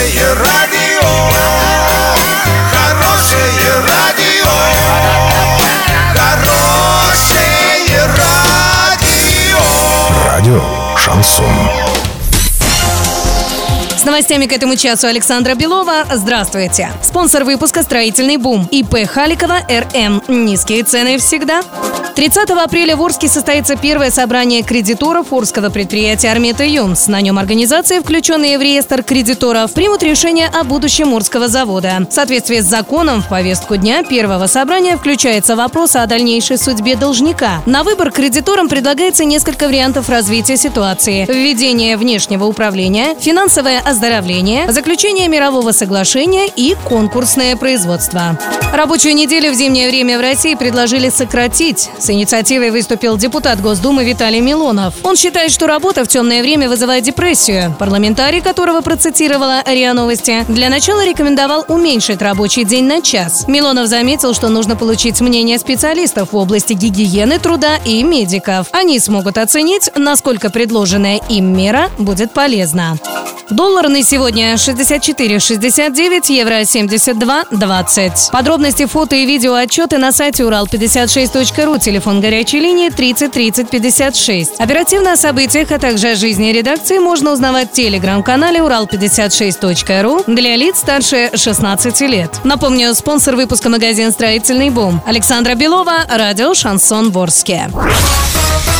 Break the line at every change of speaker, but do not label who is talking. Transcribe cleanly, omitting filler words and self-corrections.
Хорошее радио, хорошее радио, хорошее радио.
Радио Шансон.
С новостями к этому часу Александра Белова. Здравствуйте. Спонсор выпуска «Строительный бум». ИП Халикова РМ. Низкие цены всегда. 30 апреля в Орске состоится первое собрание кредиторов Орского предприятия «Армета Юмс». На нем организации, включенные в реестр кредиторов, примут решение о будущем Орского завода. В соответствии с законом, в повестку дня первого собрания включается вопрос о дальнейшей судьбе должника. На выбор кредиторам предлагается несколько вариантов развития ситуации: введение внешнего управления, финансовое оздоровление, заключение мирового соглашения и конкурсное производство. Рабочую неделю в зимнее время в России предложили сократить. С инициативой выступил депутат Госдумы Виталий Милонов. Он считает, что работа в темное время вызывает депрессию. Парламентарий, которого процитировала РИА Новости, для начала рекомендовал уменьшить рабочий день на час. Милонов заметил, что нужно получить мнение специалистов в области гигиены труда и медиков. Они смогут оценить, насколько предложенная им мера будет полезна. Доллар на сегодня 64,69, евро 72,20. Подробности, фото и видео отчеты на сайте урал56.ру, телефон горячей линии 30 30 56. Оперативно о событиях, а также о жизни редакции можно узнавать в телеграм-канале урал56.ру для лиц старше 16 лет. Напомню, спонсор выпуска — магазин «Строительный бум». Александра Белова, радио «Шансон» в Орске.